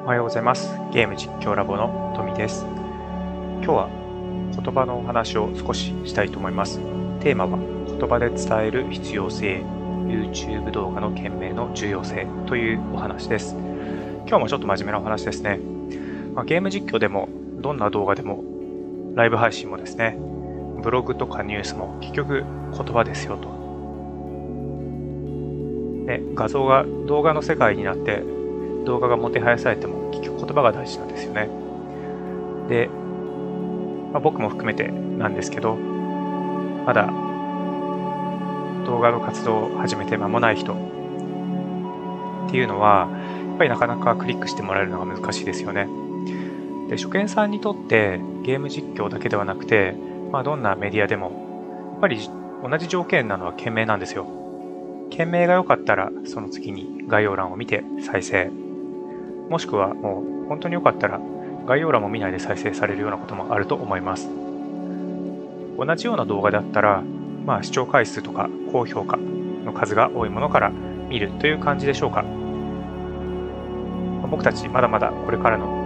おはようございます。ゲーム実況ラボのトミです。今日は言葉のお話を少ししたいと思います。テーマは言葉で伝える必要性、YouTube 動画の件名の重要性というお話です。今日もちょっと真面目なお話ですね。ゲーム実況でもどんな動画でもライブ配信もですね、ブログとかニュースも結局言葉ですよと。画像が動画の世界になって動画がもてはやされても結局言葉が大事なんですよね。で、僕も含めてなんですけど、まだ動画の活動を始めて間もない人っていうのはやっぱりなかなかクリックしてもらえるのが難しいですよね。で、初見さんにとってゲーム実況だけではなくて、どんなメディアでもやっぱり同じ条件なのは件名なんですよ。件名が良かったらその次に概要欄を見て再生、もしくはもう本当に良かったら概要欄も見ないで再生されるようなこともあると思います。同じような動画だったら、視聴回数とか高評価の数が多いものから見るという感じでしょうか。僕たちまだまだこれからの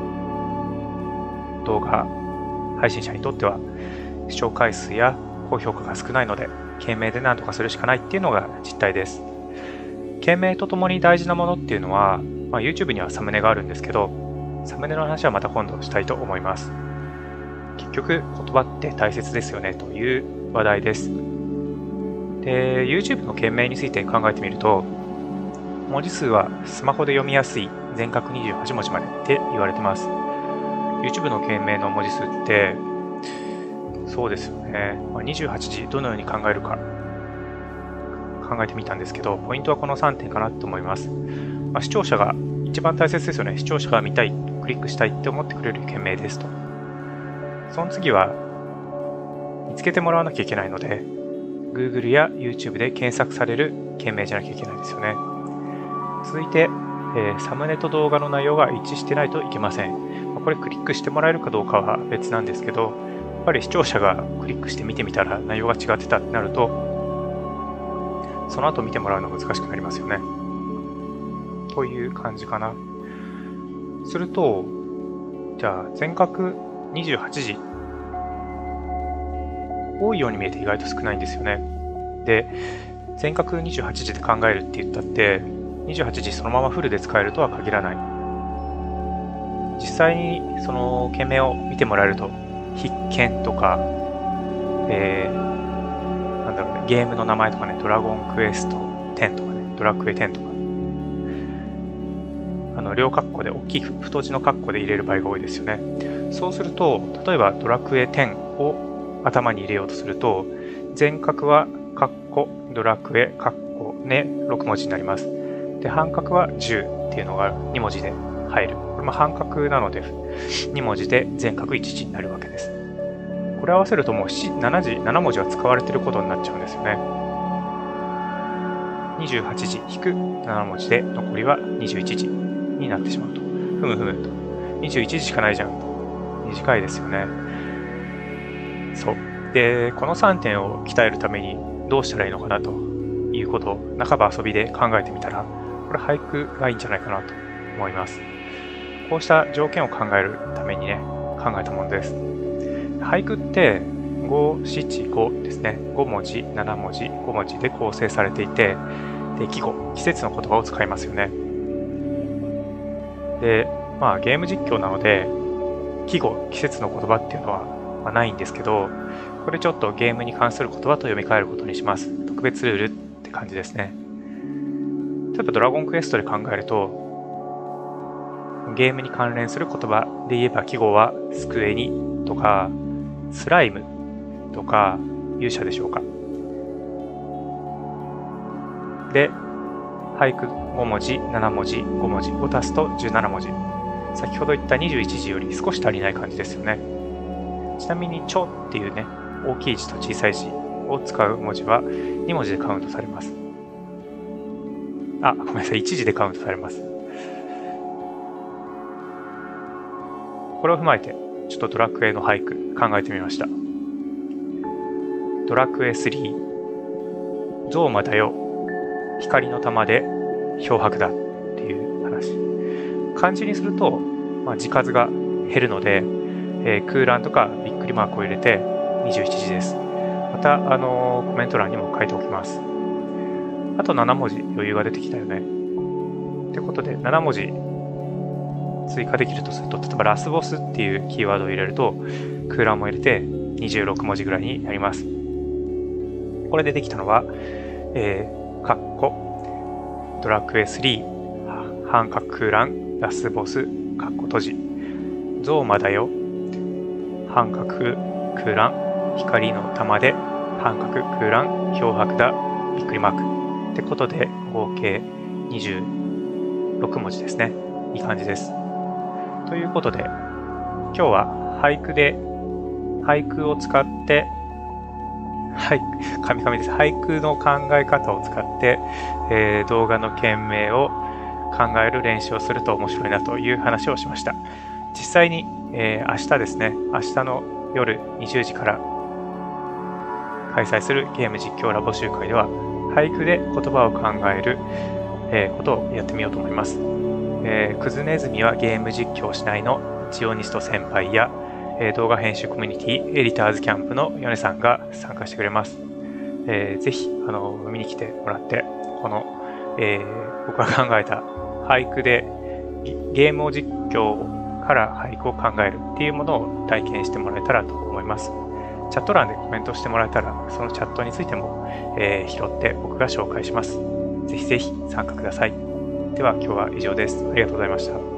動画配信者にとっては視聴回数や高評価が少ないので、件名で何とかするしかないっていうのが実態です。件名とともに大事なものっていうのは、YouTube にはサムネがあるんですけど、サムネの話はまた今度したいと思います。結局言葉って大切ですよねという話題です。で、YouTube の件名について考えてみると、文字数はスマホで読みやすい全角28文字までって言われてます。YouTube の件名の文字数ってそうですよね、28字どのように考えるか考えてみたんですけど、ポイントはこの3点かなと思います。視聴者が一番大切ですよね。視聴者が見たい、クリックしたいって思ってくれる件名ですと。その次は見つけてもらわなきゃいけないので、Google や YouTube で検索される件名じゃなきゃいけないですよね。続いて、サムネと動画の内容が一致してないといけません。これクリックしてもらえるかどうかは別なんですけど、やっぱり視聴者がクリックして見てみたら内容が違ってたってなると、その後見てもらうのが難しくなりますよね。という感じかな。すると、じゃあ全角28字多いように見えて意外と少ないんですよね。で、全角28字で考えるって言ったって28字そのままフルで使えるとは限らない。実際にその件名を見てもらえると、必見とか、ゲームの名前とかね、ドラゴンクエスト10とかね、ドラクエ10とか、両括弧で大きい太字の括弧で入れる場合が多いですよね。そうすると、例えばドラクエ10を頭に入れようとすると、全角は括弧ドラクエ括弧ね6文字になります。で、半角は10っていうのが2文字で入る。これも半角なので2文字で全角1字になるわけです。これ合わせるともう7文字は使われていることになっちゃうんですよね。28字引く7文字で残りは21字になってしまうと。ふむふむと。21字しかないじゃんと。短いですよね。そう。で、この3点を鍛えるためにどうしたらいいのかなということを半ば遊びで考えてみたら、これ俳句がいいんじゃないかなと思います。こうした条件を考えるためにね、考えたものです。俳句って5、7、5ですね。5文字、7文字、5文字で構成されていて、で、季語、季節の言葉を使いますよね。で、ゲーム実況なので、季語、季節の言葉っていうのは、ないんですけど、これちょっとゲームに関する言葉と読み替えることにします。特別ルールって感じですね。例えばドラゴンクエストで考えると、ゲームに関連する言葉で言えば季語はスクエニとかスライムとか勇者でしょうか。で、俳句5文字、7文字、5文字を足すと17文字。先ほど言った21字より少し足りない感じですよね。ちなみにちょっていうね、大きい字と小さい字を使う文字は2文字でカウントされます。ごめんなさい、1字でカウントされます。これを踏まえて、ちょっとドラクエの俳句考えてみました。ドラクエ3、ゾウマだよ、光の玉で漂白だっていう話。 漢字にすると、字数が減るので、空欄とかびっくりマークを入れて27時です。また、コメント欄にも書いておきます。あと7文字余裕が出てきたよね。ということで、7文字追加できるとすると、例えばラスボスっていうキーワードを入れると、空欄も入れて26文字ぐらいになります。これでできたのは、ドラクエ3、半角空欄、ラスボス、閉じ、ゾーマだよ、半角空欄、光の玉で、半角空欄、漂白だ、びっくりマーク。ってことで、合計26文字ですね。いい感じです。ということで、今日は俳句を使って、神々です。俳句の考え方を使って、動画の件名を考える練習をすると面白いなという話をしました。実際に、明日ですね、明日の夜20時から開催するゲーム実況ラボ集会では、俳句で言葉を考える、ことをやってみようと思います。クズネズミはゲーム実況しないのジオニスト先輩や、動画編集コミュニティエディターズキャンプのヨネさんが参加してくれます。ぜひ見に来てもらって、この、僕が考えた俳句でゲームを実況から俳句を考えるっていうものを体験してもらえたらと思います。チャット欄でコメントしてもらえたら、そのチャットについても、拾って僕が紹介します。ぜひぜひ参加ください。では今日は以上です。ありがとうございました。